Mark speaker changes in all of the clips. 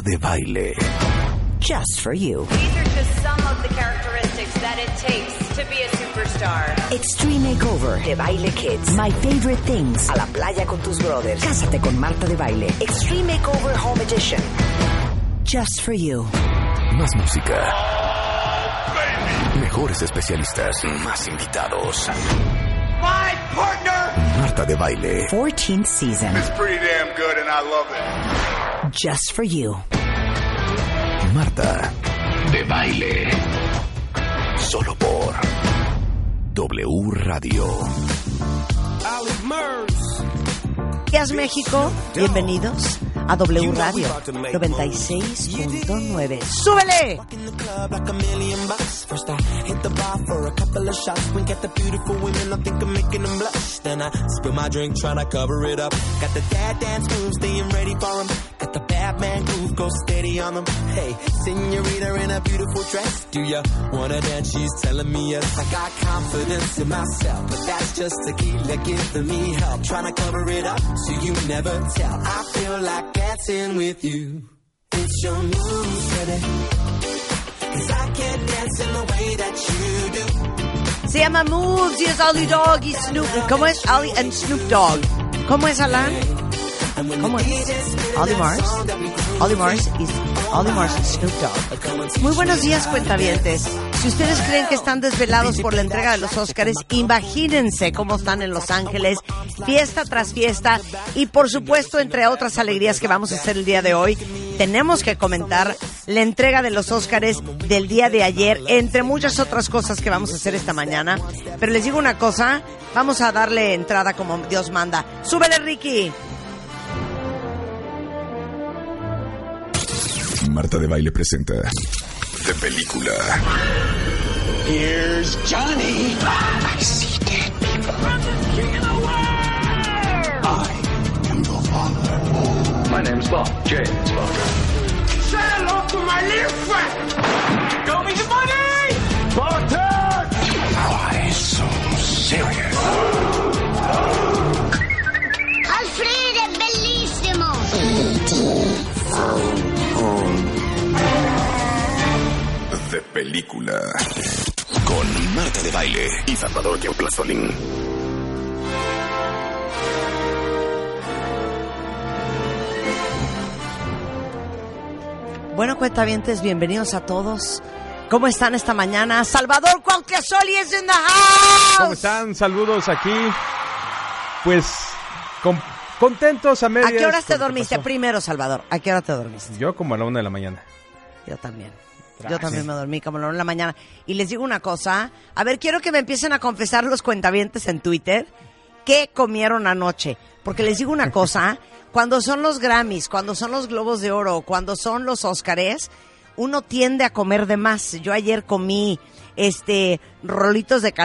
Speaker 1: de Baile.
Speaker 2: Just for you.
Speaker 3: These are just some of the characteristics that it takes to be a superstar.
Speaker 2: Extreme Makeover de Baile Kids. My Favorite Things. A la playa con tus brothers. Cásate con Marta de Baile. Extreme Makeover Home Edition. Just for you.
Speaker 1: Más música. Mejores especialistas. Más invitados.
Speaker 4: My partner.
Speaker 1: Marta de Baile.
Speaker 2: 14th season.
Speaker 4: It's pretty damn good and I love it.
Speaker 2: Just for you.
Speaker 1: Marta de Baile. Solo por W Radio.
Speaker 5: Días México, bienvenidos a W Radio 96.9. ¡Súbele!
Speaker 6: Got the bad man groove, go steady on them. Hey, senorita in a beautiful dress. Do ya wanna dance? She's telling me yes. I got confidence in myself, but that's just tequila giving me help. Trying to cover it up so you never tell. I feel like dancing with you. It's your moves, baby. 'Cause I can't dance in the way that you do.
Speaker 5: Se llama Moves y es Ali Dog y Snoop. ¿Cómo es? Ali and Snoop Dogg. ¿Cómo es, Alan? ¿Cómo es? Olly Mars y Snoop Dogg. Muy buenos días, cuentavientes. Si ustedes creen que están desvelados por la entrega de los Óscares, imagínense cómo están en Los Ángeles, fiesta tras fiesta, y por supuesto, entre otras alegrías que vamos a hacer el día de hoy, tenemos que comentar la entrega de los Óscares del día de ayer, entre muchas otras cosas que vamos a hacer esta mañana. Pero les digo una cosa, vamos a darle entrada como Dios manda. ¡Súbele, Ricky!
Speaker 1: Marta de Baile presenta De Película.
Speaker 4: Here's Johnny. I see dead people. I'm the king of the world. I am your father.
Speaker 7: My name's Bob. James Bob.
Speaker 4: Say hello to my little friend. Show me the money. Bartek.
Speaker 1: Why so serious?
Speaker 8: Alfredo è bellissimo!
Speaker 1: De Película. Con Marta de Baile y Salvador Gianplastolín.
Speaker 5: Bueno, cuentavientes, bienvenidos a todos. ¿Cómo están esta mañana? Salvador Cuauhtlazoli is in the house.
Speaker 9: ¿Cómo están? Saludos aquí. Pues, contentos a medias.
Speaker 5: ¿A qué horas te dormiste primero, Salvador? ¿A qué hora te dormiste?
Speaker 9: Yo como a la 1 de la mañana.
Speaker 5: Yo también. Yo también me dormí como a la 1 de la mañana. Y les digo una cosa. A ver, quiero que me empiecen a confesar los cuentavientes en Twitter qué comieron anoche. Porque les digo una cosa. Cuando son los Grammys, cuando son los Globos de Oro, cuando son los Óscares, uno tiende a comer de más. Yo ayer comí rolitos de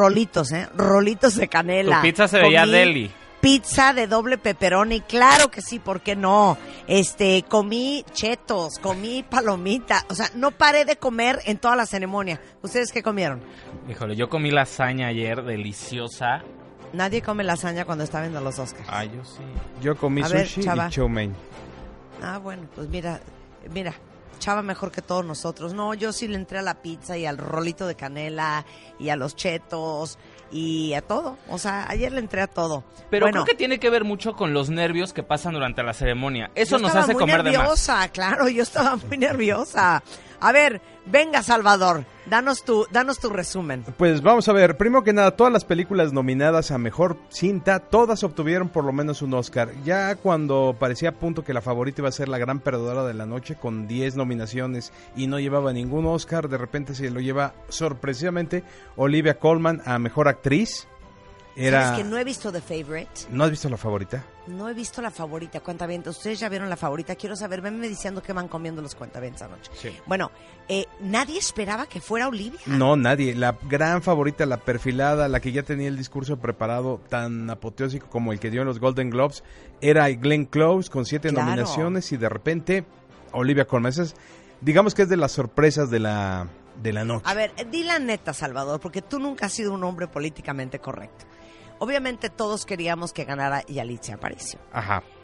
Speaker 5: canela.
Speaker 10: Tu pizza se veía deli.
Speaker 5: Pizza de doble pepperoni, claro que sí, ¿por qué no? Comí chetos, comí palomita, o sea, no paré de comer en toda la ceremonia. ¿Ustedes qué comieron?
Speaker 10: Híjole, yo comí lasaña ayer, deliciosa.
Speaker 5: Nadie come lasaña cuando está viendo los Oscars.
Speaker 10: Ah, yo sí.
Speaker 9: Yo comí sushi y chow mein.
Speaker 5: Ah, bueno, pues mira, Chava mejor que todos nosotros. No, yo sí le entré a la pizza y al rolito de canela y a los chetos y a todo. O sea, ayer le entré a todo.
Speaker 10: Pero creo que tiene que ver mucho con los nervios que pasan durante la ceremonia. Eso nos hace comer de más.
Speaker 5: Yo estaba muy nerviosa, claro, yo estaba muy nerviosa. A ver, venga, Salvador, danos tu resumen.
Speaker 9: Pues vamos a ver, primero que nada, todas las películas nominadas a Mejor Cinta, todas obtuvieron por lo menos un Oscar. Ya cuando parecía a punto que la favorita iba a ser la gran perdedora de la noche, con 10 nominaciones y no llevaba ningún Oscar, de repente se lo lleva sorpresivamente Olivia Colman a Mejor Actriz.
Speaker 5: ¿Sabes que no he visto The Favorite?
Speaker 9: ¿No has visto La Favorita?
Speaker 5: No he visto La Favorita, cuentavientes. Ustedes ya vieron La Favorita. Quiero saber, venme diciendo qué van comiendo los cuentavientes anoche.
Speaker 9: Sí.
Speaker 5: Bueno, ¿nadie esperaba que fuera Olivia?
Speaker 9: No, nadie. La gran favorita, la perfilada, la que ya tenía el discurso preparado tan apoteósico como el que dio en los Golden Globes, era Glenn Close con 7 nominaciones y de repente Olivia Colman. Digamos que es de las sorpresas de la noche.
Speaker 5: A ver, di la neta, Salvador, porque tú nunca has sido un hombre políticamente correcto. Obviamente todos queríamos que ganara Yalitza Aparicio.
Speaker 9: Ajá.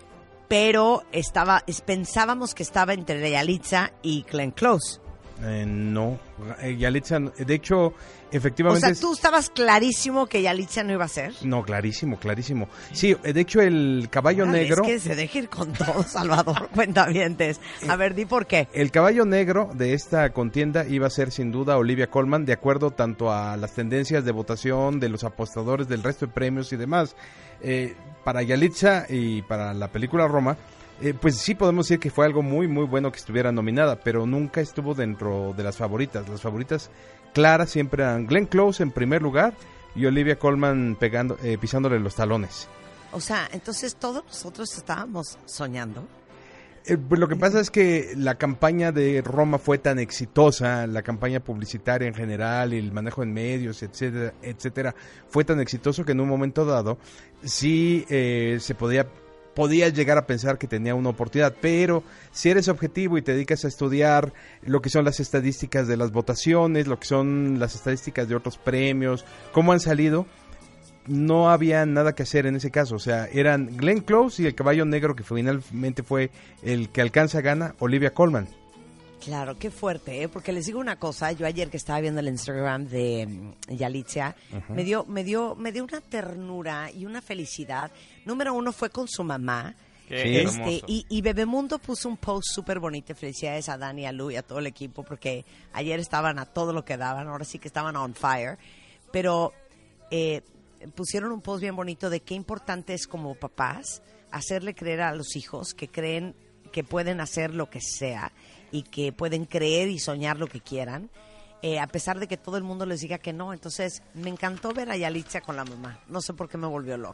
Speaker 5: pero pensábamos que estaba entre Yalitza y Glenn Close.
Speaker 9: No, Yalitza, de hecho, efectivamente...
Speaker 5: O sea, ¿tú estabas clarísimo que Yalitza no iba a ser?
Speaker 9: No, clarísimo. Sí, de hecho, el caballo negro...
Speaker 5: Es que se deja ir con todo, Salvador, cuentavientes. A ver, di por qué.
Speaker 9: El caballo negro de esta contienda iba a ser sin duda Olivia Colman, de acuerdo tanto a las tendencias de votación de los apostadores del resto de premios y demás. Para Yalitza y para la película Roma... pues sí podemos decir que fue algo muy muy bueno que estuviera nominada, pero nunca estuvo dentro de las favoritas. Las favoritas claras siempre eran Glenn Close en primer lugar y Olivia Colman pisándole los talones.
Speaker 5: O sea, entonces todos nosotros estábamos soñando.
Speaker 9: Pues lo que pasa es que la campaña de Roma fue tan exitosa, la campaña publicitaria en general y el manejo en medios, etcétera, etcétera, fue tan exitoso que en un momento dado sí se podías llegar a pensar que tenía una oportunidad, pero si eres objetivo y te dedicas a estudiar lo que son las estadísticas de las votaciones, lo que son las estadísticas de otros premios, cómo han salido, no había nada que hacer en ese caso. O sea, eran Glenn Close y el caballo negro, que finalmente fue el que alcanza gana, Olivia Colman.
Speaker 5: Claro, qué fuerte, ¿eh? Porque les digo una cosa, yo ayer que estaba viendo el Instagram de Yalitza, me dio una ternura y una felicidad. Número uno fue con su mamá. Y Bebemundo puso un post súper bonito. Felicidades a Dani, a Lu y a todo el equipo, porque ayer estaban a todo lo que daban, ahora sí que estaban on fire. Pero pusieron un post bien bonito de qué importante es como papás hacerle creer a los hijos que creen que pueden hacer lo que sea y que pueden creer y soñar lo que quieran, a pesar de que todo el mundo les diga que no. Entonces, me encantó ver a Yalitza con la mamá. No sé por qué me volvió loca.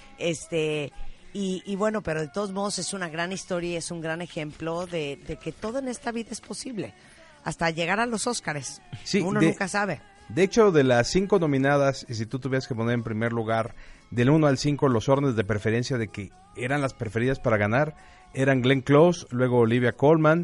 Speaker 5: Y bueno, pero de todos modos es una gran historia y es un gran ejemplo de que todo en esta vida es posible. Hasta llegar a los Óscares. Sí, uno nunca sabe.
Speaker 9: De hecho, de las 5 nominadas, y si tú tuvieras que poner en primer lugar, del 1 al 5, los órdenes de preferencia de que eran las preferidas para ganar, eran Glenn Close, luego Olivia Colman,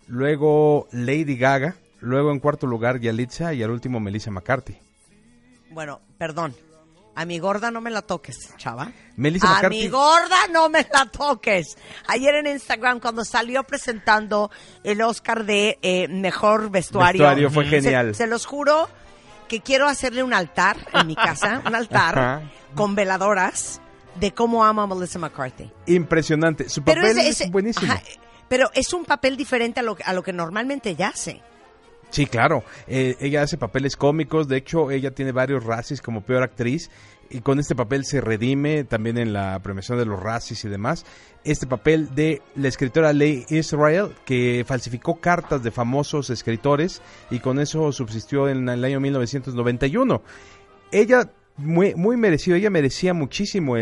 Speaker 9: luego Lady Gaga, luego en cuarto lugar Yalitza y al último Melissa McCarthy.
Speaker 5: Bueno, perdón, a mi gorda no me la toques, chava.
Speaker 9: Melissa McCarthy.
Speaker 5: Mi gorda no me la toques. Ayer en Instagram cuando salió presentando el Oscar de mejor vestuario
Speaker 9: fue genial.
Speaker 5: Se los juro que quiero hacerle un altar en mi casa, un altar con veladoras de cómo amo a Melissa McCarthy.
Speaker 9: Impresionante, su papel es buenísimo.
Speaker 5: Pero es un papel diferente a lo que normalmente ella hace.
Speaker 9: Sí, claro. Ella hace papeles cómicos. De hecho, ella tiene varios Razzies como peor actriz. Y con este papel se redime también en la premiación de los Razzies y demás. Este papel de la escritora Leigh Israel, que falsificó cartas de famosos escritores y con eso subsistió en el año 1991. Ella... Muy merecido, ella merecía muchísimo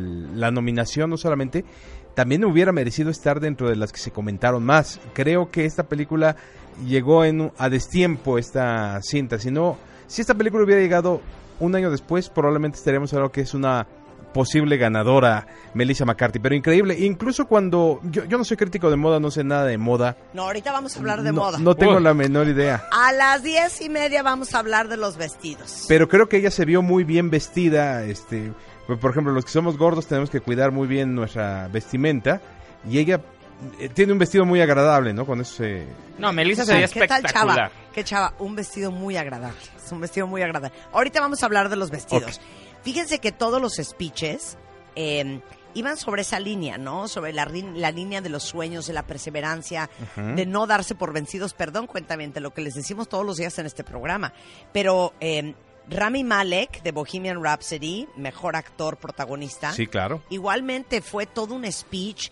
Speaker 9: la nominación, no solamente, también hubiera merecido estar dentro de las que se comentaron más. Creo que esta película llegó a destiempo, esta cinta. Si esta película hubiera llegado un año después, probablemente estaríamos hablando que es una posible ganadora Melissa McCarthy, pero increíble. Incluso cuando yo no soy crítico de moda, no sé nada de moda.
Speaker 5: No, ahorita vamos a hablar de moda.
Speaker 9: No tengo la menor idea.
Speaker 5: A las 10:30 vamos a hablar de los vestidos.
Speaker 9: Pero creo que ella se vio muy bien vestida. Por ejemplo, los que somos gordos tenemos que cuidar muy bien nuestra vestimenta y ella tiene un vestido muy agradable, ¿no? Con eso
Speaker 10: No, Melissa se veía espectacular.
Speaker 5: ¿Qué chava? Un vestido muy agradable. Es un vestido muy agradable. Ahorita vamos a hablar de los vestidos. Okay. Fíjense que todos los speeches iban sobre esa línea, ¿no? Sobre la línea de los sueños, de la perseverancia, de no darse por vencidos. Perdón, cuentamente, lo que les decimos todos los días en este programa. Pero Rami Malek, de Bohemian Rhapsody, mejor actor protagonista.
Speaker 9: Sí, claro.
Speaker 5: Igualmente fue todo un speech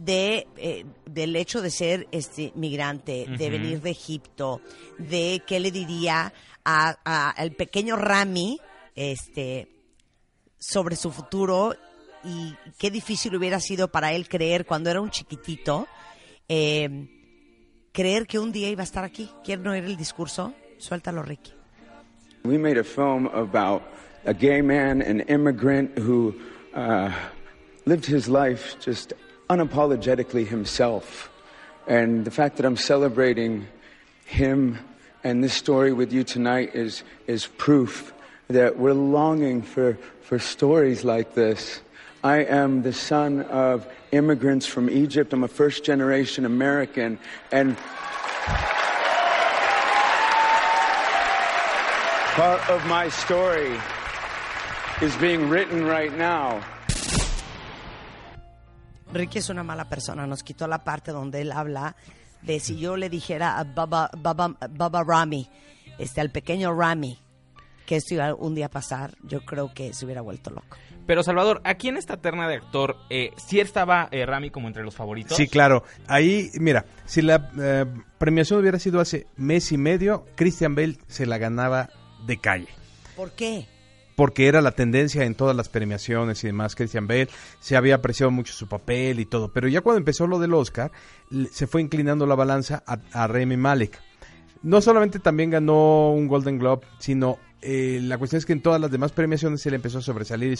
Speaker 5: del hecho de ser migrante, de venir de Egipto, de qué le diría al pequeño Rami, sobre su futuro y qué difícil hubiera sido para él creer cuando era un chiquitito, creer que un día iba a estar aquí. ¿Quieren oír el discurso? Suéltalo, Ricky.
Speaker 11: We made a film about a gay man, an immigrant who lived his life just unapologetically himself. And the fact that I'm celebrating him and this story with you tonight is proof that we're longing for stories like this. I am the son of immigrants from Egypt. I'm a first-generation American, and part of my story is being written right now.
Speaker 5: Ricky es una mala persona. Nos quitó la parte donde él habla de si yo le dijera a Baba Rami, al pequeño Rami, que esto iba un día a pasar, yo creo que se hubiera vuelto loco.
Speaker 10: Pero Salvador, aquí en esta terna de actor, ¿sí estaba Rami como entre los favoritos?
Speaker 9: Sí, claro. Ahí, mira, si la premiación hubiera sido hace mes y medio, Christian Bale se la ganaba de calle.
Speaker 5: ¿Por qué?
Speaker 9: Porque era la tendencia en todas las premiaciones y demás. Christian Bale se había apreciado mucho su papel y todo, pero ya cuando empezó lo del Oscar se fue inclinando la balanza a Rami Malek. No solamente también ganó un Golden Globe, sino la cuestión es que en todas las demás premiaciones él empezó a sobresalir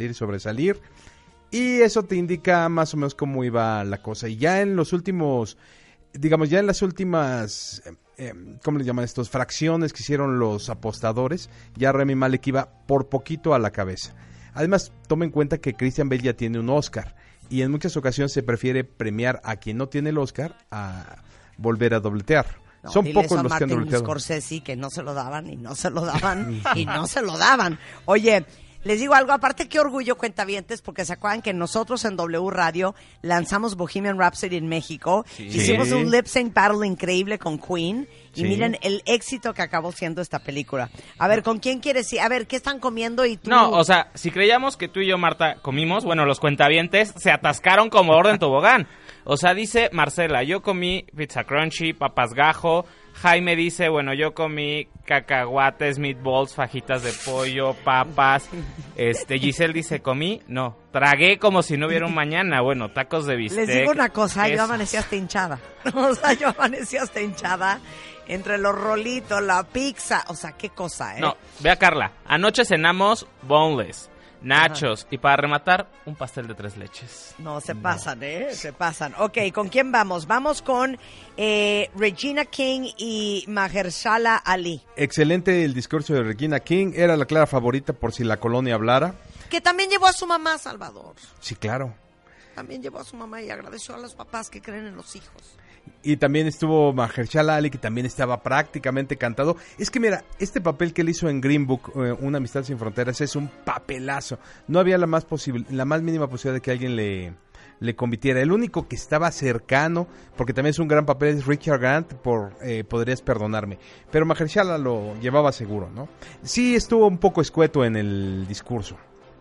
Speaker 9: y eso te indica más o menos cómo iba la cosa. Y ya en los últimos, digamos, ya en las últimas ¿cómo le llaman estos? Fracciones que hicieron los apostadores, ya Rami Malek iba por poquito a la cabeza. Además, toma en cuenta que Christian Bale ya tiene un Oscar y en muchas ocasiones se prefiere premiar a quien no tiene el Oscar a volver a dobletear.
Speaker 5: No,
Speaker 9: son pocos los que han
Speaker 5: dobleteado.
Speaker 9: dobleteado.
Speaker 5: Scorsese que no se lo daban y no se lo daban y no se lo daban. Oye, les digo algo, aparte qué orgullo, cuentavientes, porque se acuerdan que nosotros en W Radio lanzamos Bohemian Rhapsody en México, hicimos un lip sync battle increíble con Queen, y miren el éxito que acabó siendo esta película. A ver, ¿con quién quieres ir? A ver, ¿qué están comiendo y tú?
Speaker 10: No, o sea, si creíamos que tú y yo, Marta, comimos, bueno, los cuentavientes se atascaron como orden tobogán. O sea, dice Marcela, yo comí pizza crunchy, papas gajo. Jaime dice, bueno, yo comí cacahuates, meatballs, fajitas de pollo, papas. Giselle dice, comí, no, tragué como si no hubiera un mañana. Bueno, tacos de bistec.
Speaker 5: Les digo una cosa,
Speaker 10: queso.
Speaker 5: yo amanecí hasta hinchada. O sea, yo amanecí hasta hinchada entre los rolitos, la pizza. O sea, qué cosa, ¿eh?
Speaker 10: No, ve a Carla. Anoche cenamos boneless, nachos y para rematar, un pastel de 3 leches.
Speaker 5: No, se pasan, ¿eh? Se pasan. Ok, ¿con quién vamos? Vamos con Regina King y Mahershala Ali.
Speaker 9: Excelente el discurso de Regina King, era la clara favorita por si la colonia hablara.
Speaker 5: Que también llevó a su mamá, Salvador.
Speaker 9: Sí, claro.
Speaker 5: También llevó a su mamá y agradeció a los papás que creen en los hijos.
Speaker 9: Y también estuvo Mahershala Ali, que también estaba prácticamente cantado. Es que mira, este papel que él hizo en Green Book, Una amistad sin fronteras, es un papelazo. No había la más mínima posibilidad de que alguien le compitiera. El único que estaba cercano, porque también es un gran papel, es Richard Grant, Podrías perdonarme. Pero Mahershala lo llevaba seguro, ¿no? Sí estuvo un poco escueto en el discurso.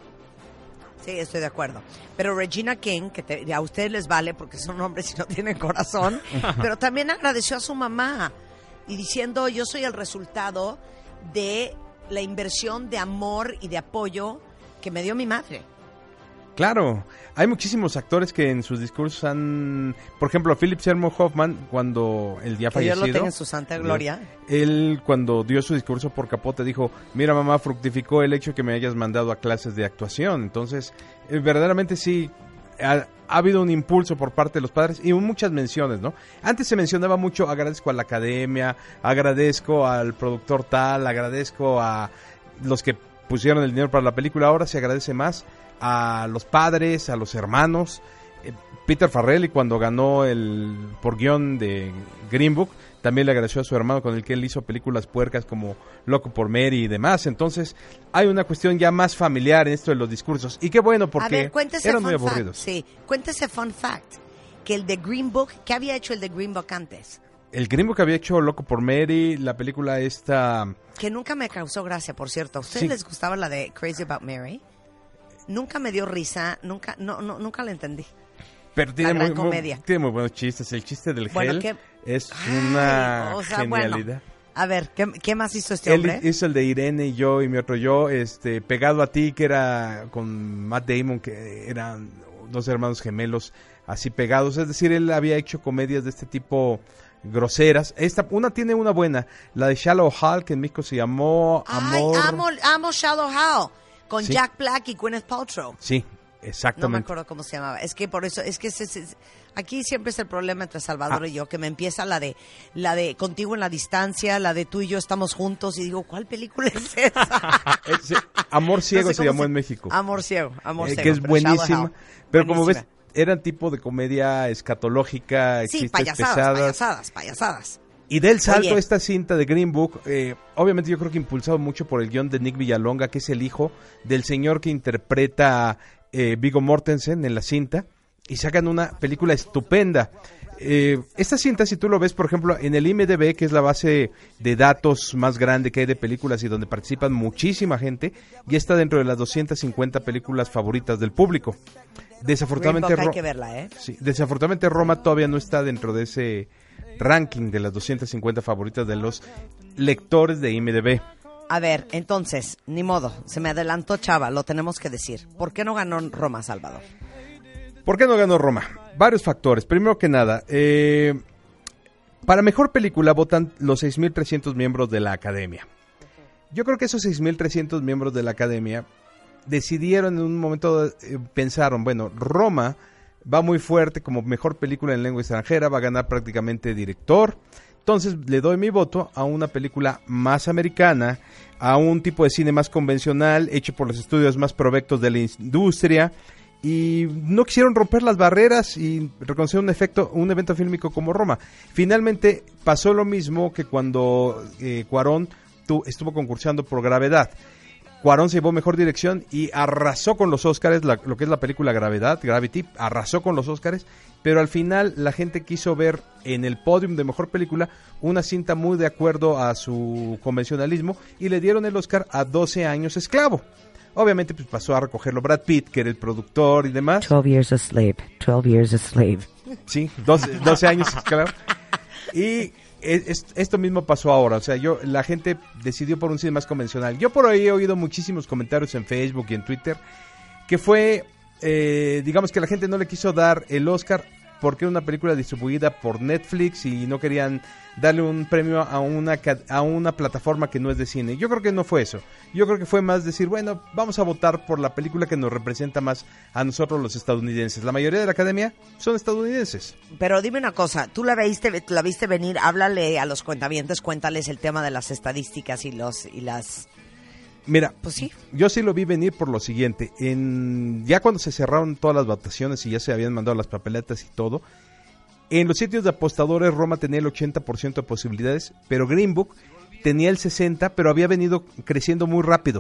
Speaker 5: Sí, estoy de acuerdo. Pero Regina King, que a ustedes les vale porque son hombres y no tienen corazón, pero también agradeció a su mamá y diciendo, yo soy el resultado de la inversión de amor y de apoyo que me dio mi madre.
Speaker 9: Claro, hay muchísimos actores que en sus discursos han... Por ejemplo, Philip Seymour Hoffman, cuando el día fallecido...
Speaker 5: Que Dios lo tenga en su santa gloria.
Speaker 9: Él, cuando dio su discurso por Capote, dijo, mira mamá, fructificó el hecho que me hayas mandado a clases de actuación. Entonces, verdaderamente sí, ha habido un impulso por parte de los padres y muchas menciones, ¿no? Antes se mencionaba mucho, agradezco a la academia, agradezco al productor tal, agradezco a los que pusieron el dinero para la película. Ahora se agradece más a los padres, a los hermanos. Peter Farrelly, cuando ganó por guión de Green Book, también le agradeció a su hermano con el que él hizo películas puercas como Loco por Mary y demás. Entonces hay una cuestión ya más familiar en esto de los discursos, y qué bueno, porque eran muy aburridos.
Speaker 5: Sí, cuéntese fun fact, que el de Green Book, ¿qué había hecho el de Green Book antes?
Speaker 9: El Green Book había hecho Loco por Mary, la película esta...
Speaker 5: Que nunca me causó gracia, por cierto. ¿A ustedes les gustaba la de Crazy About Mary? Nunca me dio risa, nunca la entendí.
Speaker 9: Pero tiene muy buenos chistes. El chiste del gel es una genialidad.
Speaker 5: Bueno, a ver, ¿qué más hizo este hombre?
Speaker 9: Él hizo el de Irene y yo y mi otro yo, Pegado a ti, que era con Matt Damon, que eran 2 hermanos gemelos así pegados. Es decir, él había hecho comedias de este tipo groseras. Una tiene una buena, la de Shallow Hal, que en México se llamó Amor.
Speaker 5: Amo Shallow Hal, con Jack Black y Gwyneth Paltrow.
Speaker 9: Sí. Exactamente.
Speaker 5: No me acuerdo cómo se llamaba. Es que por eso, es que aquí siempre es el problema entre Salvador y yo, que me empieza la de Contigo en la distancia, la de Tú y yo estamos juntos, y digo, ¿cuál película es esa?
Speaker 9: Amor Ciego
Speaker 5: No sé
Speaker 9: se llamó en México.
Speaker 5: Amor Ciego,
Speaker 9: que es buenísima. Pero como ves,
Speaker 5: buenísima.
Speaker 9: eran tipo de comedia escatológica,
Speaker 5: Sí,
Speaker 9: chistes pesadas.
Speaker 5: payasadas.
Speaker 9: Y del salto
Speaker 5: Oye.
Speaker 9: esta cinta de Green Book, obviamente yo creo que impulsado mucho por el guión de Nick Villalonga, que es el hijo del señor que interpreta Viggo Mortensen en la cinta, y sacan una película estupenda. Esta cinta, si tú lo ves, por ejemplo, en el IMDb, que es la base de datos más grande que hay de películas y donde participan muchísima gente, ya está dentro de las 250 películas favoritas del público. Desafortunadamente,
Speaker 5: Green Book hay que verla, ¿eh?
Speaker 9: Sí, desafortunadamente Roma todavía no está dentro de ese ranking de las 250 favoritas de los lectores de IMDb.
Speaker 5: A ver, entonces, ni modo, se me adelantó Chava, lo tenemos que decir. ¿Por qué no ganó Roma, Salvador?
Speaker 9: ¿Por qué no ganó Roma? Varios factores. Primero que nada, para mejor película votan los 6.300 miembros de la Academia. Yo creo que esos 6.300 miembros de la Academia decidieron en un momento, pensaron, bueno, Roma va muy fuerte como mejor película en lengua extranjera, va a ganar prácticamente director. Entonces le doy mi voto a una película más americana, a un tipo de cine más convencional, hecho por los estudios más provectos de la industria, y no quisieron romper las barreras y reconocer un evento fílmico como Roma. Finalmente pasó lo mismo que cuando Cuarón estuvo concursando por Gravedad. Cuarón se llevó mejor dirección y arrasó con los Óscares, lo que es la película Gravity, arrasó con los Óscares, pero al final la gente quiso ver en el podium de mejor película una cinta muy de acuerdo a su convencionalismo y le dieron el Óscar a 12 años esclavo. Obviamente pues pasó a recogerlo Brad Pitt, que era el productor y demás.
Speaker 2: 12 years a slave, 12 years a slave.
Speaker 9: Sí, 12 años esclavo. Y esto mismo pasó ahora, o sea, la gente decidió por un cine más convencional. Yo por ahí he oído muchísimos comentarios en Facebook y en Twitter que fue, digamos que la gente no le quiso dar el Oscar porque era una película distribuida por Netflix y no querían darle un premio a una plataforma que no es de cine. Yo creo que no fue eso. Yo creo que fue más decir, bueno, vamos a votar por la película que nos representa más a nosotros los estadounidenses. La mayoría de la Academia son estadounidenses.
Speaker 5: Pero dime una cosa, tú la viste venir, háblale a los cuentavientes, cuéntales el tema de las estadísticas y las...
Speaker 9: Mira,
Speaker 5: pues sí.
Speaker 9: Yo sí lo vi venir por lo siguiente. Ya cuando se cerraron todas las votaciones y ya se habían mandado las papeletas y todo, en los sitios de apostadores Roma tenía el 80% de posibilidades, pero Green Book tenía el 60%, pero había venido creciendo muy rápido.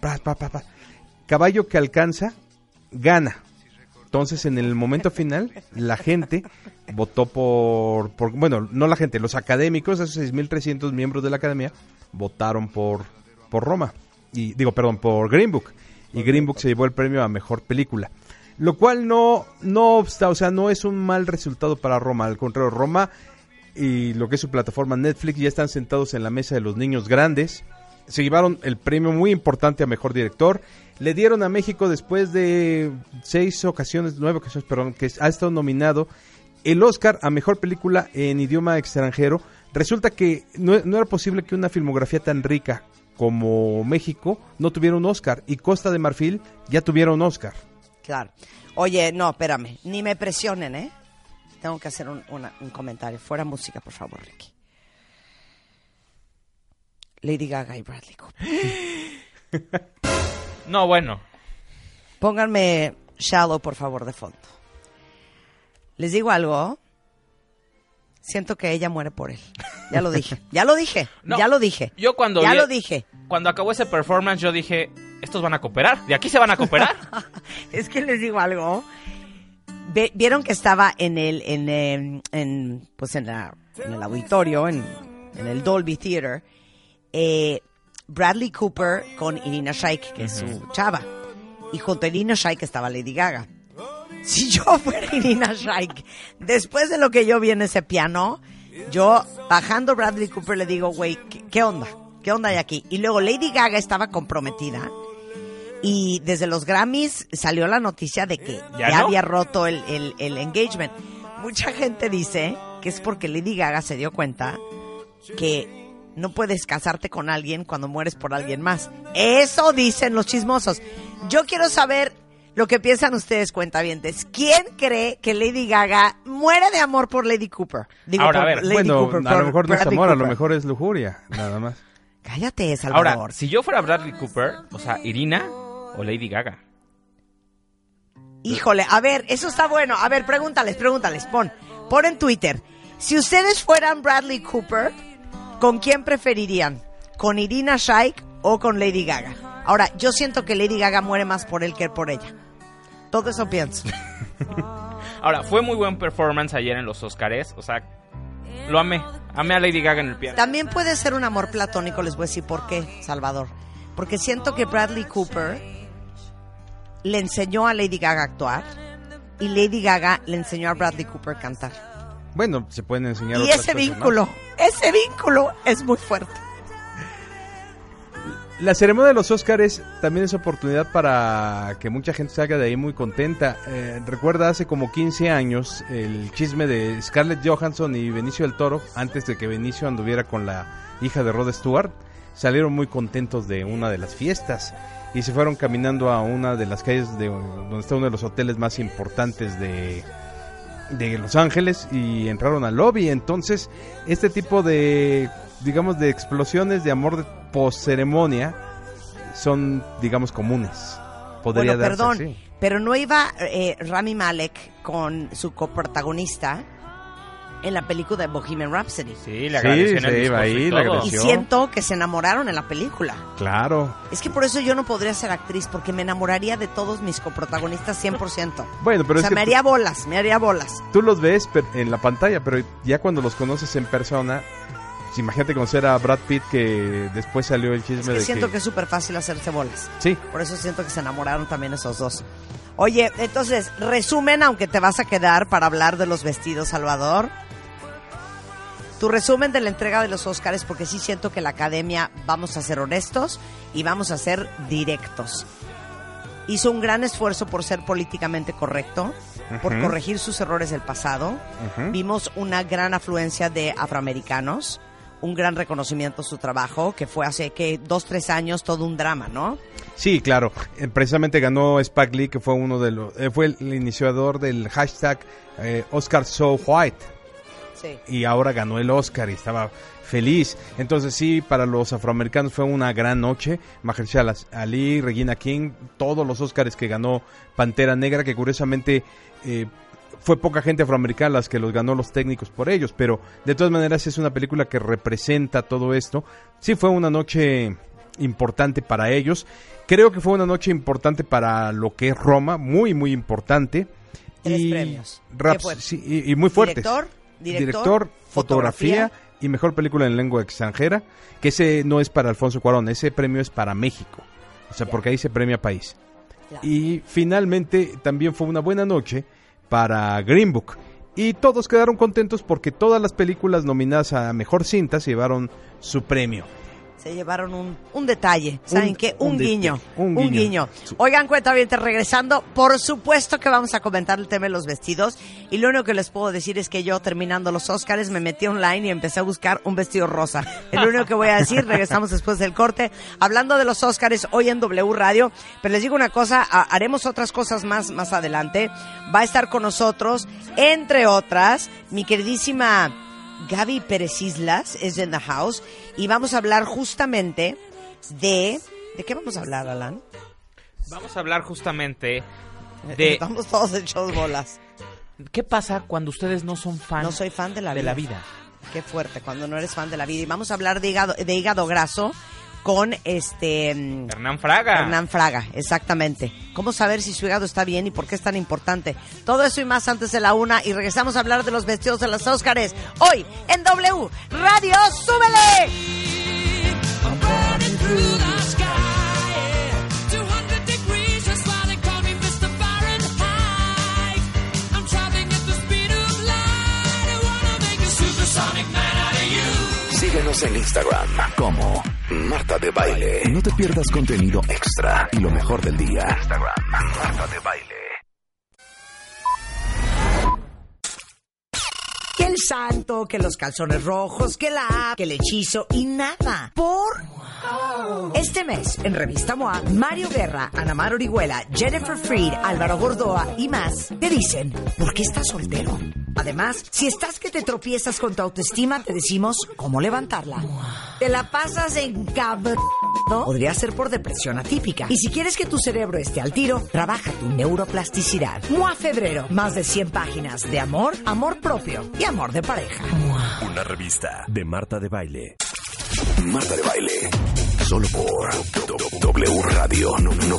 Speaker 9: Caballo que alcanza, gana. Entonces, en el momento final, la gente votó bueno, no la gente, los académicos, esos 6.300 miembros de la Academia, votaron por Roma. Por Green Book. Y Green Book se llevó el premio a mejor película. Lo cual no obsta, o sea, no es un mal resultado para Roma. Al contrario, Roma y lo que es su plataforma Netflix ya están sentados en la mesa de los niños grandes. Se llevaron el premio muy importante a mejor director. Le dieron a México después de 9 ocasiones, que ha estado nominado el Oscar a mejor película en idioma extranjero. Resulta que no era posible que una filmografía tan rica como México no tuviera un Oscar, y Costa de Marfil ya tuviera un Oscar.
Speaker 5: Claro. Oye, no, espérame, ni me presionen, ¿eh? Tengo que hacer un comentario. Fuera música, por favor, Ricky. Lady Gaga y Bradley Cooper.
Speaker 10: No, bueno.
Speaker 5: Pónganme Shallow, por favor, de fondo. Les digo algo. Siento que ella muere por él. Ya lo dije.
Speaker 10: No,
Speaker 5: ya lo dije.
Speaker 10: Yo
Speaker 5: lo dije.
Speaker 10: Cuando acabó ese performance, yo dije, estos van a cooperar. ¿De aquí se van a cooperar?
Speaker 5: Es que les digo algo. Vieron que estaba en el auditorio, en el Dolby Theater, Bradley Cooper con Irina Shayk, que es su chava. Y junto a Irina Shayk estaba Lady Gaga. Si yo fuera Irina Shayk, después de lo que yo vi en ese piano, yo, bajando Bradley Cooper, le digo, güey, ¿qué onda? ¿Qué onda hay aquí? Y luego Lady Gaga estaba comprometida. Y desde los Grammys salió la noticia de que ya
Speaker 10: no
Speaker 5: había roto el engagement. Mucha gente dice que es porque Lady Gaga se dio cuenta que no puedes casarte con alguien cuando mueres por alguien más. Eso dicen los chismosos. Yo quiero saber lo que piensan ustedes, cuentavientes. ¿Quién cree que Lady Gaga muere de amor por Lady Cooper? Digo,
Speaker 10: Ahora,
Speaker 5: por
Speaker 10: a ver.
Speaker 5: Lady
Speaker 9: Bueno,
Speaker 5: Cooper,
Speaker 9: a lo mejor no es
Speaker 5: Bradley
Speaker 9: amor, a lo
Speaker 5: Cooper.
Speaker 9: mejor es lujuria, nada más.
Speaker 5: Cállate, Salvador.
Speaker 10: Ahora, si yo fuera Bradley Cooper, o sea, Irina o Lady Gaga.
Speaker 5: Híjole, a ver, eso está bueno. A ver, pregúntales. Pon en Twitter. Si ustedes fueran Bradley Cooper, ¿con quién preferirían? ¿Con Irina Shayk o con Lady Gaga? Ahora, yo siento que Lady Gaga muere más por él que por ella. Todo eso pienso.
Speaker 10: Ahora, fue muy buen performance ayer en los Óscares. O sea, lo amé. Amé a Lady Gaga en el piano.
Speaker 5: También puede ser un amor platónico, les voy a decir por qué, Salvador. Porque siento que Bradley Cooper le enseñó a Lady Gaga a actuar y Lady Gaga le enseñó a Bradley Cooper a cantar.
Speaker 9: Bueno, se pueden enseñar
Speaker 5: Y
Speaker 9: otras
Speaker 5: ese
Speaker 9: cosas
Speaker 5: vínculo es muy fuerte.
Speaker 9: La ceremonia de los Óscares también es oportunidad para que mucha gente salga de ahí muy contenta. Recuerda hace como 15 años el chisme de Scarlett Johansson y Benicio del Toro, antes de que Benicio anduviera con la hija de Rod Stewart. Salieron muy contentos de una de las fiestas y se fueron caminando a una de las calles donde está uno de los hoteles más importantes de Los Ángeles y entraron al lobby. Entonces, este tipo de, digamos, de explosiones de amor de post-ceremonia son, digamos, comunes. Podría darse
Speaker 5: perdón,
Speaker 9: así.
Speaker 5: pero no iba Rami Malek con su coprotagonista en la película de Bohemian Rhapsody.
Speaker 10: Sí, le agradeció en el
Speaker 9: se iba
Speaker 10: discurso
Speaker 9: ahí,
Speaker 10: y
Speaker 9: le
Speaker 10: todo.
Speaker 5: Y
Speaker 9: agradeció.
Speaker 5: siento que se enamoraron en la película.
Speaker 9: Claro.
Speaker 5: Es que por eso yo no podría ser actriz, porque me enamoraría de todos mis coprotagonistas 100%.
Speaker 9: Bueno, pero
Speaker 5: o sea,
Speaker 9: es que
Speaker 5: me haría bolas.
Speaker 9: tú los ves en la pantalla, pero ya cuando los conoces en persona, pues imagínate conocer a Brad Pitt, que después salió el chisme
Speaker 5: Es que
Speaker 9: de
Speaker 5: siento que es súper fácil hacerse bolas.
Speaker 9: Sí.
Speaker 5: Por eso siento que se enamoraron también esos dos. Oye, entonces, resumen, aunque te vas a quedar para hablar de los vestidos, Salvador. Tu resumen de la entrega de los Óscares, porque sí siento que la Academia, vamos a ser honestos y vamos a ser directos. Hizo un gran esfuerzo por ser políticamente correcto, por corregir sus errores del pasado. Vimos una gran afluencia de afroamericanos, un gran reconocimiento a su trabajo, que fue hace 2-3 años todo un drama, ¿no?
Speaker 9: Sí, claro. Precisamente ganó Spike Lee, que fue uno de los, fue el iniciador del hashtag Oscar So White.
Speaker 5: Sí.
Speaker 9: Y ahora ganó el Oscar y estaba feliz. Entonces sí, para los afroamericanos fue una gran noche. Mahershala Ali, Regina King, todos los Oscars que ganó Pantera Negra, que curiosamente fue poca gente afroamericana las que los ganó los técnicos por ellos, pero de todas maneras es una película que representa todo esto. Sí fue una noche importante para ellos. Creo que fue una noche importante para lo que es Roma, muy muy importante.
Speaker 5: 3 premios. Qué fuerte.
Speaker 9: Sí, y muy fuertes. Director, fotografía y mejor película en lengua extranjera, que ese no es para Alfonso Cuarón, ese premio es para México, o sea, porque ahí se premia país. Y finalmente también fue una buena noche para Green Book, y todos quedaron contentos porque todas las películas nominadas a mejor cinta se llevaron su premio.
Speaker 5: Se llevaron un detalle, ¿saben qué? Un guiño.
Speaker 9: Un guiño.
Speaker 5: Oigan, cuentavientes, regresando, por supuesto que vamos a comentar el tema de los vestidos, y lo único que les puedo decir es que yo, terminando los Óscares, me metí online y empecé a buscar un vestido rosa. Es lo único que voy a decir. Regresamos después del corte, hablando de los Óscares hoy en W Radio, pero les digo una cosa, haremos otras cosas más adelante. Va a estar con nosotros, entre otras, mi queridísima Gaby Pérez Islas es in the house, y vamos a hablar justamente de... ¿De qué vamos a hablar, Alan?
Speaker 10: Vamos a hablar justamente de...
Speaker 5: Estamos todos hechos bolas.
Speaker 10: ¿Qué pasa cuando ustedes no son fan?
Speaker 5: No soy fan de la vida. Qué fuerte, cuando no eres fan de la vida. Y vamos a hablar de hígado graso con
Speaker 10: Hernán Fraga.
Speaker 5: Hernán Fraga, exactamente. ¿Cómo saber si su hígado está bien y por qué es tan importante? Todo eso y más antes de la 1, y regresamos a hablar de los vestidos de los Óscares hoy en W Radio. ¡Súbele!
Speaker 1: Síguenos en Instagram como Marta de Baile. No te pierdas contenido extra y lo mejor del día. Instagram, Marta de Baile.
Speaker 5: Que el santo, que los calzones rojos, que la app, que el hechizo y nada. ¿Por
Speaker 2: Este mes, en Revista MOA, Mario Guerra, Ana Mar Orihuela, Jennifer Freed, Álvaro Gordoa y más te dicen ¿por qué estás soltero? Además, si estás que te tropiezas con tu autoestima, te decimos cómo levantarla. Te la pasas en podría ser por depresión atípica. Y si quieres que tu cerebro esté al tiro, trabaja tu neuroplasticidad. MOA Febrero. Más de 100 páginas de amor, amor propio y amor de pareja.
Speaker 1: Una revista de Marta de Baile. Marta de Baile. Solo por W Radio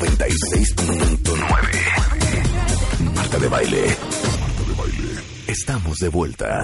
Speaker 1: 96.9. Marta de Baile. Estamos de vuelta.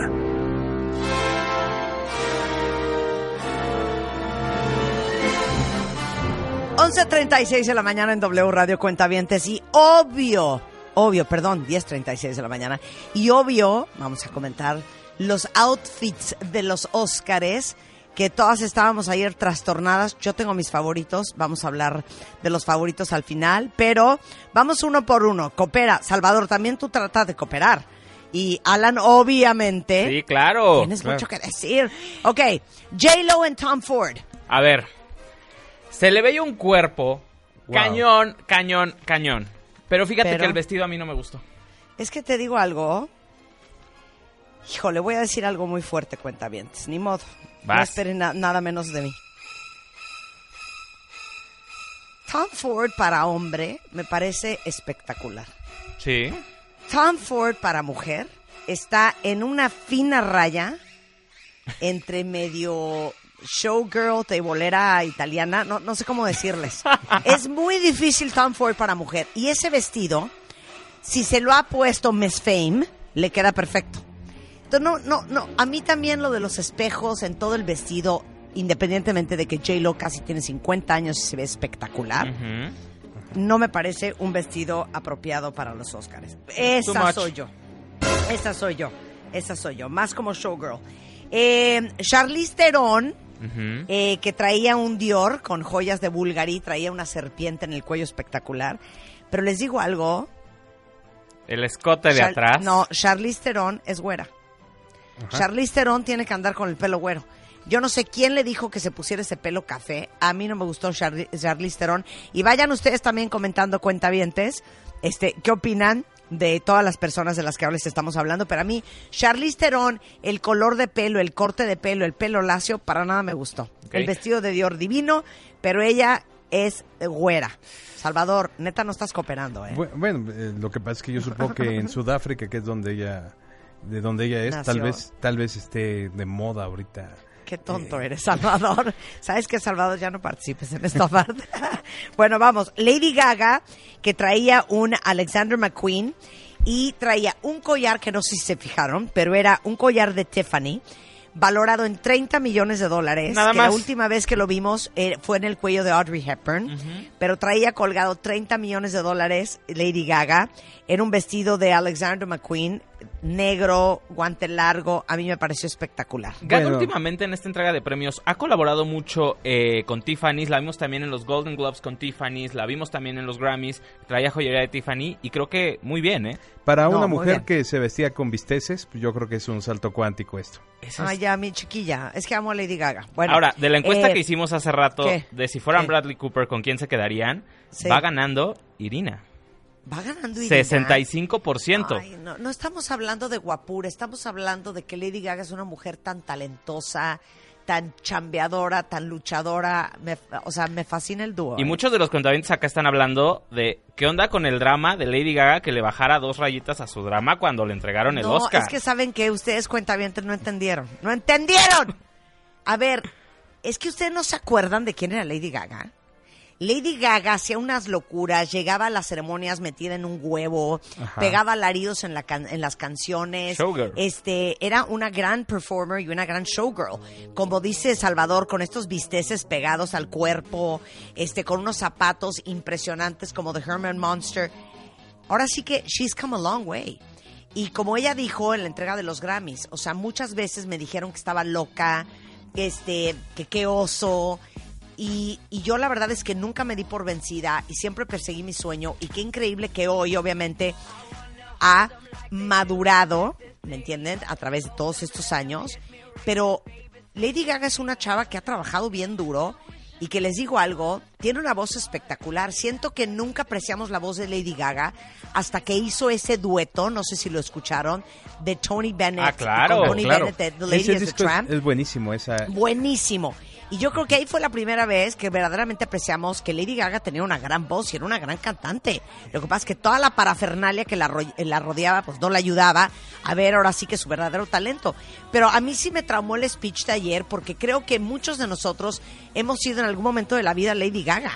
Speaker 2: ...11:36 de la mañana en W Radio Cuentavientes. Y obvio, 10:36 de la mañana. Y obvio, vamos a comentar los outfits de los Óscares, que todas estábamos ayer trastornadas. Yo tengo mis favoritos, vamos a hablar de los favoritos al final, pero vamos uno por uno. Coopera, Salvador, también tú tratas de cooperar. Y Alan, obviamente...
Speaker 10: Sí, claro.
Speaker 2: Tienes mucho que decir. Ok, J-Lo and Tom Ford.
Speaker 10: A ver, se le veía un cuerpo cañón. Pero fíjate que el vestido a mí no me gustó.
Speaker 2: Es que te digo algo. Híjole, voy a decir algo muy fuerte, cuentavientes. Ni modo. No esperen nada menos de mí. Tom Ford para hombre me parece espectacular.
Speaker 10: Sí.
Speaker 2: Tom Ford para mujer está en una fina raya entre medio showgirl, teibolera italiana, no sé cómo decirles. Es muy difícil Tom Ford para mujer. Y ese vestido, si se lo ha puesto Miss Fame, le queda perfecto. Entonces, no. A mí también lo de los espejos en todo el vestido, independientemente de que J-Lo casi tiene 50 años y se ve espectacular, no me parece un vestido apropiado para los Óscares. Esa soy yo. Más como showgirl. Charlize Theron, que traía un Dior con joyas de Bulgari, traía una serpiente en el cuello espectacular. Pero les digo algo.
Speaker 10: El escote de atrás.
Speaker 2: No, Charlize Theron es güera. Charlize Theron tiene que andar con el pelo güero. Yo no sé quién le dijo que se pusiera ese pelo café. A mí no me gustó Charlize Theron. Y vayan ustedes también comentando, cuentavientes, qué opinan de todas las personas de las que ahora les estamos hablando. Pero a mí, Charlize Theron, el color de pelo, el corte de pelo, el pelo lacio, para nada me gustó. El vestido de Dior divino, pero ella es güera. Salvador, neta no estás cooperando, ¿eh?
Speaker 9: Bueno, lo que pasa es que yo supongo que en Sudáfrica, que es donde ella es,
Speaker 2: nació.
Speaker 9: tal vez esté de moda ahorita.
Speaker 2: Qué tonto eres, Salvador. ¿Sabes qué, Salvador? Ya no participes en esta parte. Bueno, vamos. Lady Gaga, que traía un Alexander McQueen y traía un collar que no sé si se fijaron, pero era un collar de Tiffany, valorado en $30 millones.
Speaker 10: Nada más.
Speaker 2: La última vez que lo vimos fue en el cuello de Audrey Hepburn, pero traía colgado $30 millones Lady Gaga en un vestido de Alexander McQueen, negro, guante largo. A mí me pareció espectacular.
Speaker 10: Gaga últimamente en esta entrega de premios ha colaborado mucho con Tiffany's. La vimos también en los Golden Globes con Tiffany's, la vimos también en los Grammys. Traía joyería de Tiffany y creo que muy bien, ¿eh?
Speaker 9: Para una mujer que se vestía con bisteces, pues yo creo que es un salto cuántico esto.
Speaker 2: Ya, mi chiquilla. Es que amo a Lady Gaga. Bueno,
Speaker 10: ahora, de la encuesta que hicimos hace rato, de si fueran
Speaker 2: ¿Qué?
Speaker 10: Bradley Cooper, ¿con quién se quedarían? Va ganando Irina.
Speaker 2: Va ganando Irina.
Speaker 10: 65%.
Speaker 2: Ay, no estamos hablando de guapura, estamos hablando de que Lady Gaga es una mujer tan talentosa, tan chambeadora, tan luchadora. Me fascina el dúo.
Speaker 10: Y muchos de los cuentavientes acá están hablando de qué onda con el drama de Lady Gaga, que le bajara 2 rayitas a su drama cuando le entregaron el Oscar.
Speaker 2: No, es que saben que ustedes cuentavientes no entendieron. ¡No entendieron! A ver, es que ustedes no se acuerdan de quién era Lady Gaga. Lady Gaga hacía unas locuras, llegaba a las ceremonias metida en un huevo, pegaba alaridos en las canciones.
Speaker 10: Showgirl.
Speaker 2: Era una gran performer y una gran showgirl. Como dice Salvador, con estos bisteces pegados al cuerpo, con unos zapatos impresionantes como The Herman Monster. Ahora sí que she's come a long way. Y como ella dijo en la entrega de los Grammys, o sea, muchas veces me dijeron que estaba loca, que qué oso. Y yo la verdad es que nunca me di por vencida y siempre perseguí mi sueño. Y qué increíble que hoy, obviamente, ha madurado, ¿me entienden? A través de todos estos años. Pero Lady Gaga es una chava que ha trabajado bien duro y que les digo algo, tiene una voz espectacular. Siento que nunca apreciamos la voz de Lady Gaga hasta que hizo ese dueto, no sé si lo escucharon, de Tony Bennett.
Speaker 10: Ah, claro,
Speaker 2: con Tony
Speaker 9: claro.
Speaker 2: Bennett de The Lady
Speaker 9: Ese
Speaker 2: is the
Speaker 9: disco
Speaker 2: Tramp.
Speaker 9: es buenísimo. Esa...
Speaker 2: Buenísimo. Y yo creo que ahí fue la primera vez que verdaderamente apreciamos que Lady Gaga tenía una gran voz y era una gran cantante. Lo que pasa es que toda la parafernalia que la rodeaba, pues no la ayudaba a ver ahora sí que su verdadero talento. Pero a mí sí me traumó el speech de ayer porque creo que muchos de nosotros hemos sido en algún momento de la vida Lady Gaga.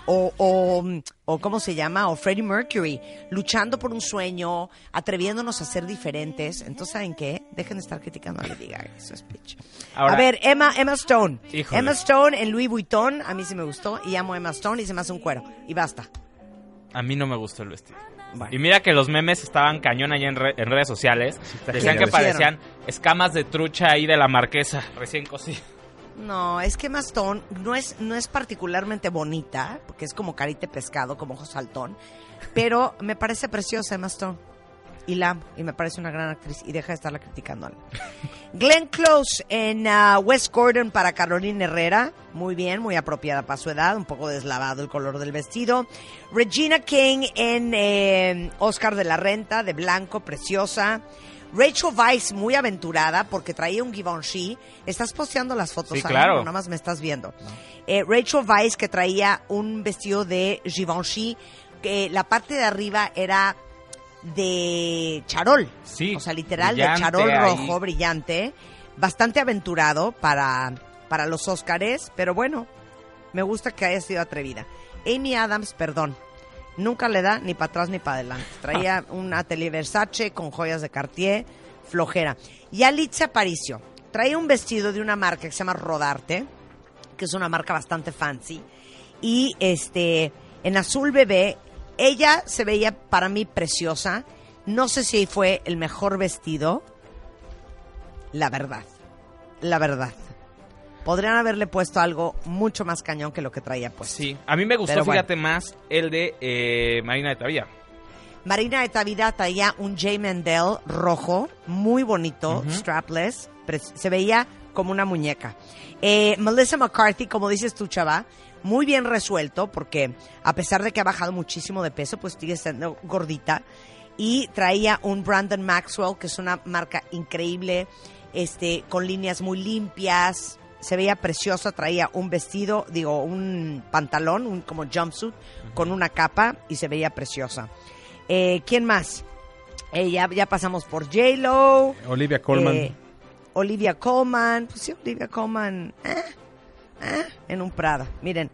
Speaker 2: O ¿cómo se llama? O Freddie Mercury, luchando por un sueño, atreviéndonos a ser diferentes. Entonces, ¿saben qué? Dejen de estar criticando a Lady Gaga, su speech.
Speaker 10: Ahora,
Speaker 2: a ver, Emma Stone.
Speaker 10: Híjole.
Speaker 2: Emma Stone en Louis Vuitton, a mí sí me gustó, y amo a Emma Stone y se me hace un cuero. Y basta.
Speaker 10: A mí no me gustó el vestido.
Speaker 2: Bueno.
Speaker 10: Y mira que los memes estaban cañón allá en redes sociales. Decían
Speaker 2: ¿Qué
Speaker 10: que
Speaker 2: pusieron?
Speaker 10: parecían escamas de trucha ahí de la marquesa, recién cocida.
Speaker 2: No, es que Emma Stone no es particularmente bonita, porque es como carita de pescado, como ojo saltón, pero me parece preciosa Emma Stone. Y la amo, y me parece una gran actriz, y deja de estarla criticando. Glenn Close en West Gordon para Carolina Herrera, muy bien, muy apropiada para su edad, un poco deslavado el color del vestido. Regina King en Oscar de la Renta, de blanco, preciosa. Rachel Weisz, muy aventurada, porque traía un Givenchy. ¿Estás posteando las fotos?
Speaker 10: Sí, claro.
Speaker 2: No, nada más me estás viendo. Rachel Weisz, que traía un vestido de Givenchy, que la parte de arriba era de charol.
Speaker 10: Sí,
Speaker 2: o sea, literal, de
Speaker 10: brillante
Speaker 2: charol
Speaker 10: ahí.
Speaker 2: rojo, brillante. Bastante aventurado para los Óscares, pero bueno, me gusta que haya sido atrevida. Amy Adams, perdón, nunca le da ni para atrás ni para adelante. Traía un Atelier Versace con joyas de Cartier, flojera. Y Alicia Aparicio traía un vestido de una marca que se llama Rodarte, que es una marca bastante fancy, y en azul bebé. Ella se veía para mí preciosa. No sé si fue el mejor vestido. La verdad. Podrían haberle puesto algo mucho más cañón que lo que traía puesto.
Speaker 10: Sí, a mí me gustó,
Speaker 2: Pero
Speaker 10: fíjate, más el de Marina de Tavira.
Speaker 2: Marina de Tavira traía un J. Mendel rojo, muy bonito, strapless. Se veía como una muñeca. Melissa McCarthy, como dices tú, chava, muy bien resuelto, porque a pesar de que ha bajado muchísimo de peso, pues sigue siendo gordita. Y traía un Brandon Maxwell, que es una marca increíble, con líneas muy limpias. Se veía preciosa, traía un vestido, un pantalón, un como jumpsuit, con una capa, y se veía preciosa. ¿Quién más? Ya pasamos por J-Lo.
Speaker 9: Olivia Colman.
Speaker 2: Olivia Colman. Pues sí, Olivia Colman. En un Prada. Miren.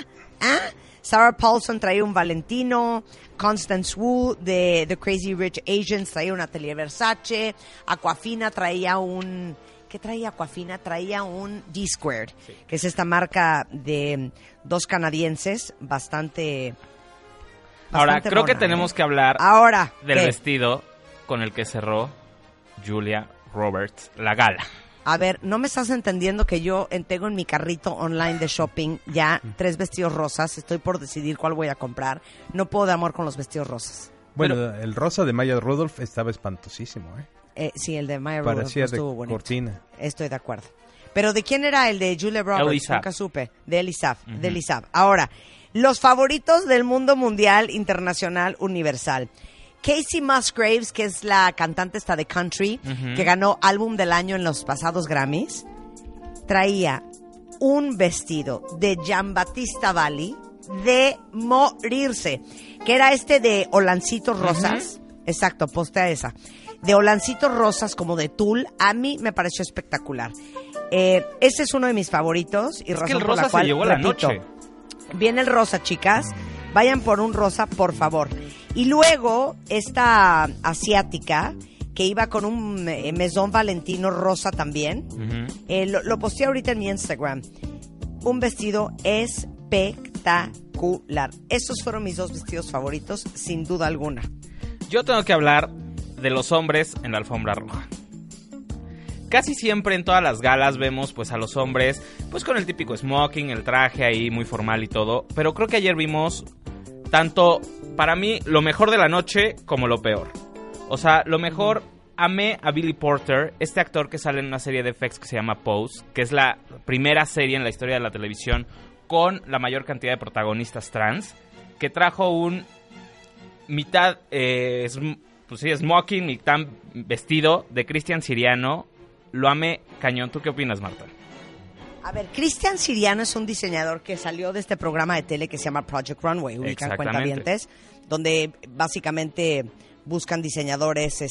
Speaker 2: Sarah Paulson traía un Valentino. Constance Wu de The Crazy Rich Asians traía un Atelier Versace. Aquafina traía un... ¿Qué traía Aquafina? Traía un D-Squared, sí, que es esta marca de dos canadienses bastante
Speaker 10: Ahora, creo que tenemos que hablar del
Speaker 2: ¿qué?
Speaker 10: Vestido con el que cerró Julia Roberts la gala.
Speaker 2: A ver, no me estás entendiendo que yo tengo en mi carrito online de shopping ya 3 vestidos rosas. Estoy por decidir cuál voy a comprar. No puedo de amor con los vestidos rosas.
Speaker 9: Bueno, el rosa de Maya Rudolph estaba espantosísimo,
Speaker 2: sí, el de Maya Rudolph
Speaker 9: parecía
Speaker 2: estuvo
Speaker 9: de
Speaker 2: bonito.
Speaker 9: cortina.
Speaker 2: Estoy de acuerdo. Pero ¿de quién era el de Julia Roberts?
Speaker 10: Elisab.
Speaker 2: Nunca supe. De Elisab. De Elisab. Ahora, los favoritos del mundo mundial, internacional, universal. Casey Musgraves, que es la cantante esta de country, que ganó álbum del año en los pasados Grammys, traía un vestido de Giambattista Valli de morirse, que era de holancitos rosas. Exacto, postea esa. De holancitos rosas como de tul, a mí me pareció espectacular. Ese es uno de mis favoritos y
Speaker 10: es
Speaker 2: razón
Speaker 10: que el
Speaker 2: por
Speaker 10: rosa
Speaker 2: la cual,
Speaker 10: se llevó
Speaker 2: repito,
Speaker 10: la noche.
Speaker 2: Viene el rosa, chicas. Vayan por un rosa, por favor. Y luego, esta asiática, que iba con un Maison Valentino rosa también, lo posteé ahorita en mi Instagram. Un vestido espectacular. Esos fueron mis 2 vestidos favoritos, sin duda alguna.
Speaker 10: Yo tengo que hablar de los hombres en la alfombra roja. Casi siempre en todas las galas vemos pues a los hombres pues con el típico smoking, el traje ahí muy formal y todo, pero creo que ayer vimos tanto, para mí, lo mejor de la noche como lo peor. O sea, lo mejor, amé a Billy Porter, este actor que sale en una serie de FX que se llama Pose, que es la primera serie en la historia de la televisión con la mayor cantidad de protagonistas trans, que trajo un mitad smoking, mitad vestido de Cristian Siriano. Lo amé cañón. ¿Tú qué opinas, Marta?
Speaker 2: A ver, Cristian Siriano es un diseñador que salió de este programa de tele que se llama Project Runway, ubican cuentavientes, donde básicamente buscan diseñadores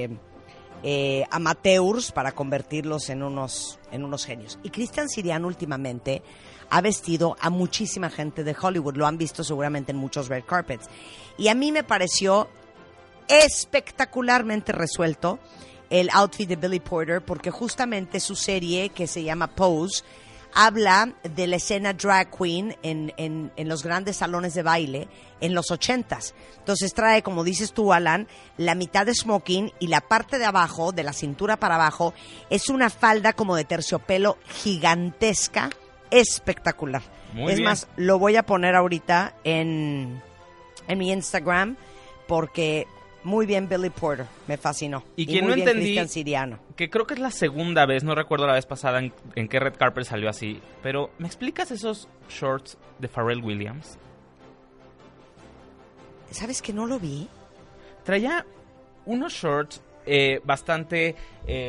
Speaker 2: amateurs para convertirlos en unos genios. Y Cristian Siriano últimamente ha vestido a muchísima gente de Hollywood. Lo han visto seguramente en muchos red carpets. Y a mí me pareció espectacularmente resuelto el outfit de Billy Porter, porque justamente su serie que se llama Pose habla de la escena drag queen en los grandes salones de baile en los 80s. Entonces trae, como dices tú, Alan, la mitad de smoking y la parte de abajo, de la cintura para abajo, es una falda como de terciopelo gigantesca, espectacular.
Speaker 10: Muy
Speaker 2: es
Speaker 10: bien.
Speaker 2: más, lo voy a poner ahorita en mi Instagram porque... Muy bien Billy Porter, me fascinó.
Speaker 10: Y quien
Speaker 2: muy
Speaker 10: no
Speaker 2: bien
Speaker 10: entendí,
Speaker 2: Cristian Siriano.
Speaker 10: que creo que es la segunda vez, no recuerdo la vez pasada en qué red carpet salió así, pero ¿me explicas esos shorts de Pharrell Williams?
Speaker 2: ¿Sabes que no lo vi?
Speaker 10: Traía unos shorts bastante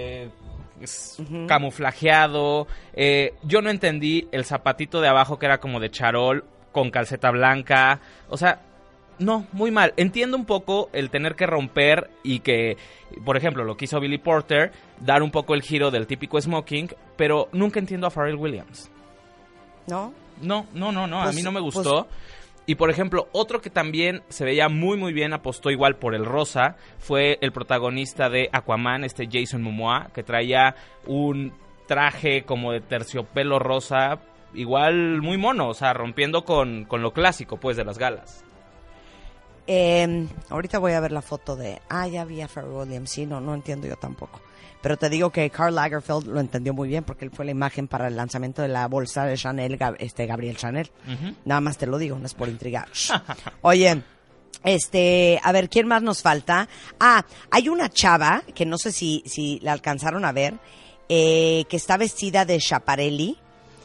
Speaker 10: camuflajeado. Yo no entendí el zapatito de abajo que era como de charol con calceta blanca. O sea, no, muy mal. Entiendo un poco el tener que romper y que, por ejemplo, lo que hizo Billy Porter, dar un poco el giro del típico smoking, pero nunca entiendo a Pharrell Williams.
Speaker 2: ¿No?
Speaker 10: No,
Speaker 2: Pues,
Speaker 10: a mí no me gustó. Y por ejemplo, otro que también se veía muy muy bien, apostó igual por el rosa, fue el protagonista de Aquaman, Jason Momoa, que traía un traje como de terciopelo rosa, igual muy mono, o sea, rompiendo con lo clásico, pues, de las galas.
Speaker 2: Ahorita voy a ver la foto de... ya vi a Pharrell Williams. Sí, no entiendo yo tampoco. Pero te digo que Karl Lagerfeld lo entendió muy bien porque él fue la imagen para el lanzamiento de la bolsa de Chanel, Gabriel Chanel.
Speaker 10: Uh-huh.
Speaker 2: Nada más te lo digo, no es por intrigar. Oye, a ver, ¿quién más nos falta? Hay una chava, que no sé si la alcanzaron a ver, que está vestida de Schiaparelli.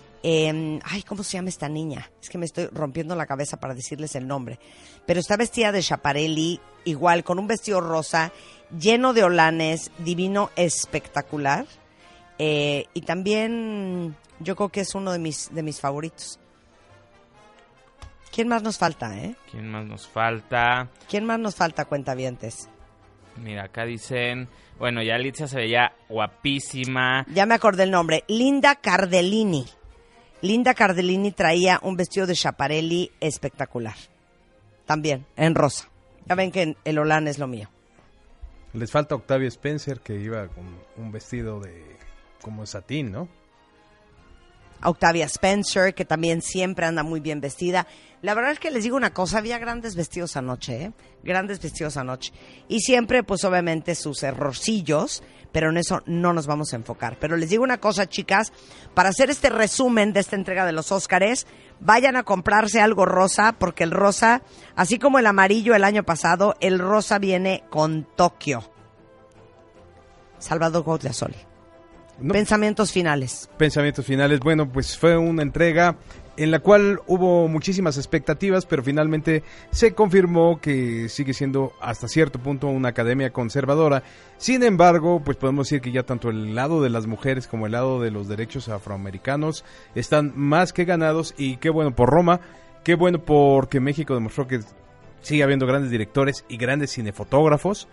Speaker 2: ¿Cómo se llama esta niña? Es que me estoy rompiendo la cabeza para decirles el nombre. Pero está vestida de Schiaparelli, igual, con un vestido rosa, lleno de holanes, divino, espectacular. Y también yo creo que es uno de mis favoritos. ¿Quién más nos falta,
Speaker 10: ¿Quién más nos falta?
Speaker 2: ¿Quién más nos falta, cuentavientes?
Speaker 10: Mira, acá dicen... Bueno, ya Alicia se veía guapísima.
Speaker 2: Ya me acordé el nombre. Linda Cardellini. Linda Cardellini traía un vestido de Schiaparelli espectacular. También, en rosa. Ya ven que el holán es lo mío.
Speaker 9: Les falta Octavia Spencer, que iba con un vestido de como satín, ¿no?
Speaker 2: Octavia Spencer, que también siempre anda muy bien vestida. La verdad es que les digo una cosa, había grandes vestidos anoche, Grandes vestidos anoche. Y siempre, pues obviamente, sus errorcillos, pero en eso no nos vamos a enfocar. Pero les digo una cosa, chicas, para hacer este resumen de esta entrega de los Óscares, vayan a comprarse algo rosa, porque el rosa, así como el amarillo el año pasado, el rosa viene con Tokio. Salvador Gaudiasoli.
Speaker 9: No.
Speaker 2: Pensamientos finales.
Speaker 9: Bueno, pues fue una entrega en la cual hubo muchísimas expectativas, pero finalmente se confirmó que sigue siendo hasta cierto punto una academia conservadora. Sin embargo, pues podemos decir que ya tanto el lado de las mujeres como el lado de los derechos afroamericanos están más que ganados, y qué bueno por Roma, qué bueno porque México demostró que sigue habiendo grandes directores y grandes cinefotógrafos.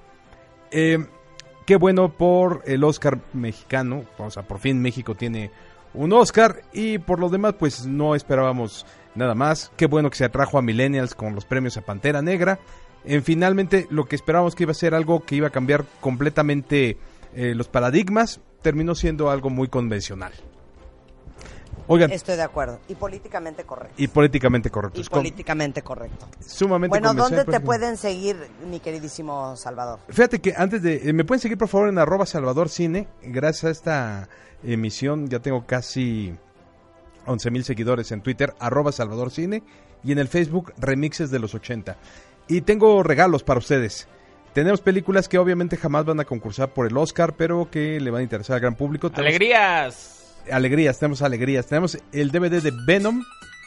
Speaker 9: Qué bueno por el Oscar mexicano, o sea, por fin México tiene un Oscar, y por lo demás pues no esperábamos nada más. Qué bueno que se atrajo a Millennials con los premios a Pantera Negra. Finalmente lo que esperábamos que iba a ser algo que iba a cambiar completamente los paradigmas, terminó siendo algo muy convencional. Oigan,
Speaker 2: estoy de acuerdo. Y políticamente correcto.
Speaker 9: Sumamente
Speaker 2: bueno,
Speaker 9: convencional.
Speaker 2: ¿dónde te pueden seguir, mi queridísimo Salvador?
Speaker 9: Fíjate que antes de... me pueden seguir por favor en @SalvadorCine. Gracias a esta emisión ya tengo casi 11,000 seguidores en Twitter, @SalvadorCine, y en el Facebook Remixes de los 80. Y tengo regalos para ustedes. Tenemos películas que obviamente jamás van a concursar por el Oscar, pero que le van a interesar al gran público.
Speaker 10: ¡Alegrías!
Speaker 9: Tenemos alegrías. Tenemos el DVD de Venom,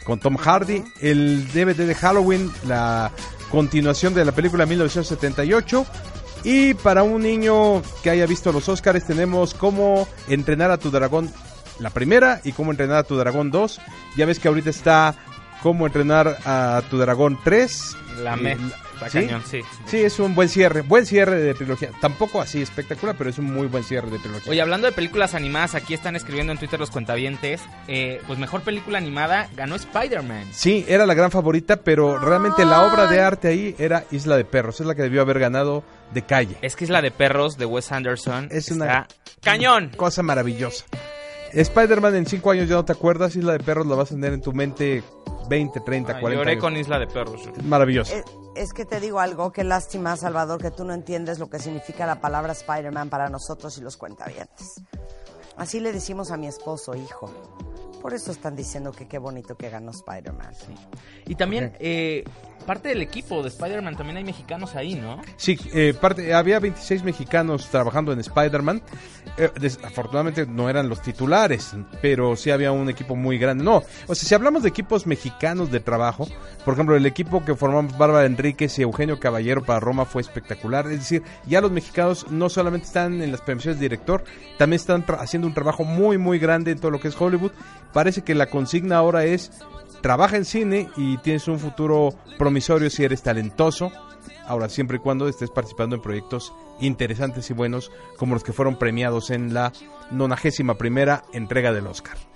Speaker 9: con Tom Hardy, el DVD de Halloween, la continuación de la película 1978, y para un niño que haya visto los Oscars tenemos Cómo entrenar a tu dragón, la primera, y Cómo entrenar a tu dragón 2. Ya ves que ahorita está Cómo entrenar a tu dragón 3.
Speaker 10: ¿Sí? Cañón, sí.
Speaker 9: Sí, es un buen cierre de trilogía. Tampoco así espectacular, pero es un muy buen cierre de trilogía.
Speaker 10: Oye, hablando de películas animadas, aquí están escribiendo en Twitter los cuentavientes, pues mejor película animada ganó Spider-Man.
Speaker 9: Sí, era la gran favorita, pero realmente la obra de arte ahí era Isla de Perros, es la que debió haber ganado de calle.
Speaker 10: Es que Isla de Perros de Wes Anderson
Speaker 9: es una
Speaker 10: cañón,
Speaker 9: cosa maravillosa. Spider-Man en 5 años ya no te acuerdas, Isla de Perros la vas a tener en tu mente 20, 30, 40
Speaker 10: lloré
Speaker 9: años.
Speaker 10: Con Isla de Perros.
Speaker 9: Maravilloso.
Speaker 2: Es que te digo algo, qué lástima, Salvador, que tú no entiendes lo que significa la palabra Spider-Man para nosotros y los cuentavientes. Así le decimos a mi esposo, hijo. Por eso están diciendo que qué bonito que ganó Spider-Man.
Speaker 10: Sí. Y también, parte del equipo de Spider-Man, también hay mexicanos ahí, ¿no?
Speaker 9: Sí, había 26 mexicanos trabajando en Spider-Man. Desafortunadamente no eran los titulares, pero sí había un equipo muy grande. No, o sea, si hablamos de equipos mexicanos de trabajo, por ejemplo, el equipo que formamos Bárbara Enríquez y Eugenio Caballero para Roma fue espectacular. Es decir, ya los mexicanos no solamente están en las premiaciones de director, también están haciendo un trabajo muy, muy grande en todo lo que es Hollywood. Parece que la consigna ahora es: trabaja en cine y tienes un futuro promisorio si eres talentoso. Ahora, siempre y cuando estés participando en proyectos interesantes y buenos como los que fueron premiados en la 91ª entrega del Oscar.